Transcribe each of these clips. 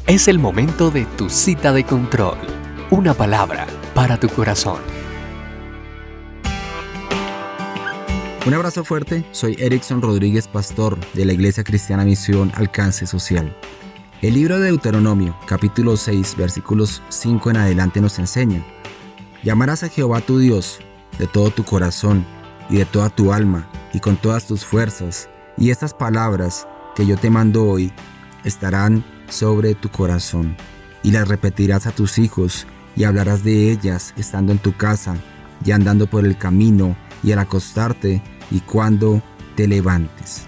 Es el momento de tu cita de control. Una palabra para tu corazón. Un abrazo fuerte, soy Erickson Rodríguez, pastor de la Iglesia Cristiana Misión Alcance Social. El libro de Deuteronomio, capítulo 6, versículos 5 en adelante nos enseña: Llamarás a Jehová tu Dios de todo tu corazón y de toda tu alma y con todas tus fuerzas, y estas palabras que yo te mando hoy estarán sobre tu corazón, y las repetirás a tus hijos, y hablarás de ellas estando en tu casa, y andando por el camino, y al acostarte, y cuando te levantes.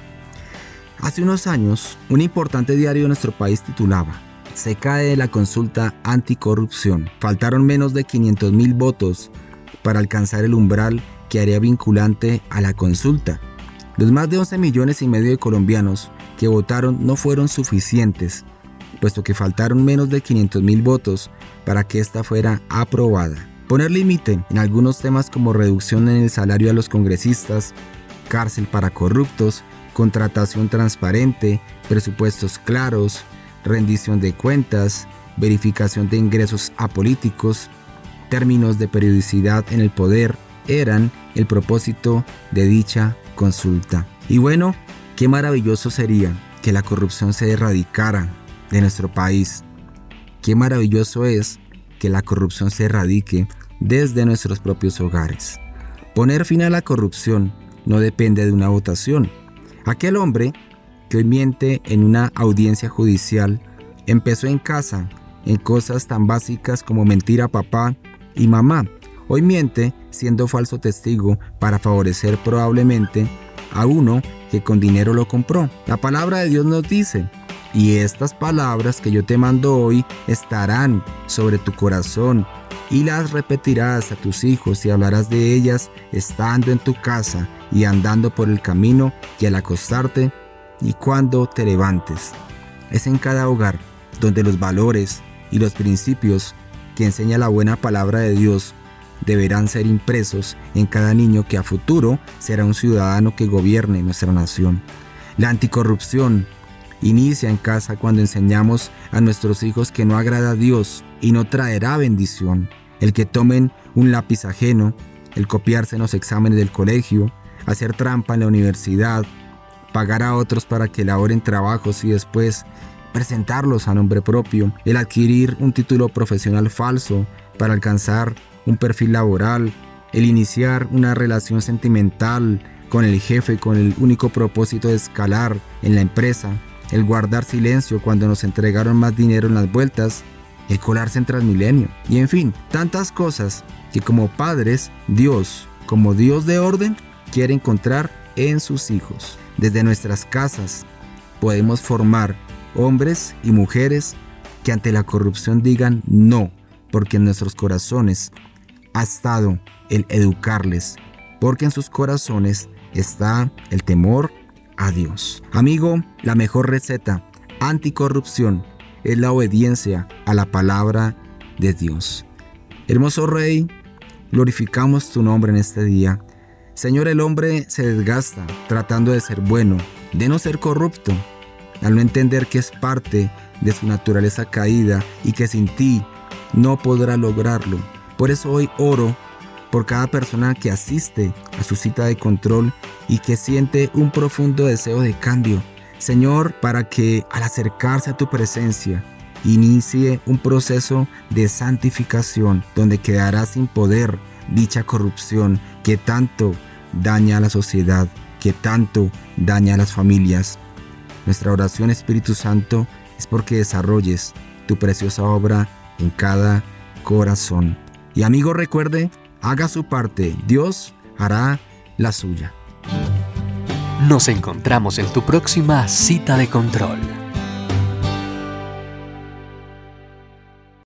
Hace unos años, un importante diario de nuestro país titulaba: Se cae la consulta anticorrupción. Faltaron menos de 500,000 votos para alcanzar el umbral que haría vinculante a la consulta. Los más de 11,5 millones de colombianos que votaron no fueron suficientes, puesto que faltaron menos de 500,000 votos para que esta fuera aprobada. Poner límite en algunos temas como reducción en el salario a los congresistas, cárcel para corruptos, contratación transparente, presupuestos claros, rendición de cuentas, verificación de ingresos a políticos, términos de periodicidad en el poder, eran el propósito de dicha consulta. Y bueno, qué maravilloso sería que la corrupción se erradicara de nuestro país. Qué maravilloso es que la corrupción se erradique desde nuestros propios hogares. Poner fin a la corrupción no depende de una votación. Aquel hombre que hoy miente en una audiencia judicial empezó en casa, en cosas tan básicas como mentir a papá y mamá. Hoy miente siendo falso testigo para favorecer probablemente a uno que con dinero lo compró. La palabra de Dios nos dice: y estas palabras que yo te mando hoy estarán sobre tu corazón, y las repetirás a tus hijos, y hablarás de ellas estando en tu casa y andando por el camino, y al acostarte y cuando te levantes. Es en cada hogar donde los valores y los principios que enseña la buena palabra de Dios deberán ser impresos en cada niño que a futuro será un ciudadano que gobierne nuestra nación. La anticorrupción inicia en casa cuando enseñamos a nuestros hijos que no agrada a Dios y no traerá bendición. El que tomen un lápiz ajeno, el copiarse en los exámenes del colegio, hacer trampa en la universidad, pagar a otros para que elaboren trabajos y después presentarlos a nombre propio, el adquirir un título profesional falso para alcanzar un perfil laboral, el iniciar una relación sentimental con el jefe con el único propósito de escalar en la empresa, el guardar silencio cuando nos entregaron más dinero en las vueltas, el colarse en Transmilenio, y en fin, tantas cosas que como padres, Dios, como Dios de orden, quiere encontrar en sus hijos. Desde nuestras casas podemos formar hombres y mujeres que ante la corrupción digan no, porque en nuestros corazones ha estado el educarles, porque en sus corazones está el temor a Dios. Amigo, la mejor receta anticorrupción es la obediencia a la palabra de Dios. Hermoso Rey, glorificamos tu nombre en este día. Señor, el hombre se desgasta tratando de ser bueno, de no ser corrupto, al no entender que es parte de su naturaleza caída y que sin ti no podrá lograrlo. Por eso hoy oro por cada persona que asiste a su cita de control y que siente un profundo deseo de cambio. Señor, para que al acercarse a tu presencia inicie un proceso de santificación donde quedará sin poder dicha corrupción que tanto daña a la sociedad, que tanto daña a las familias. Nuestra oración, Espíritu Santo, es porque desarrolles tu preciosa obra en cada corazón. Y amigo, recuerde, haga su parte, Dios hará la suya. Nos encontramos en tu próxima cita de control.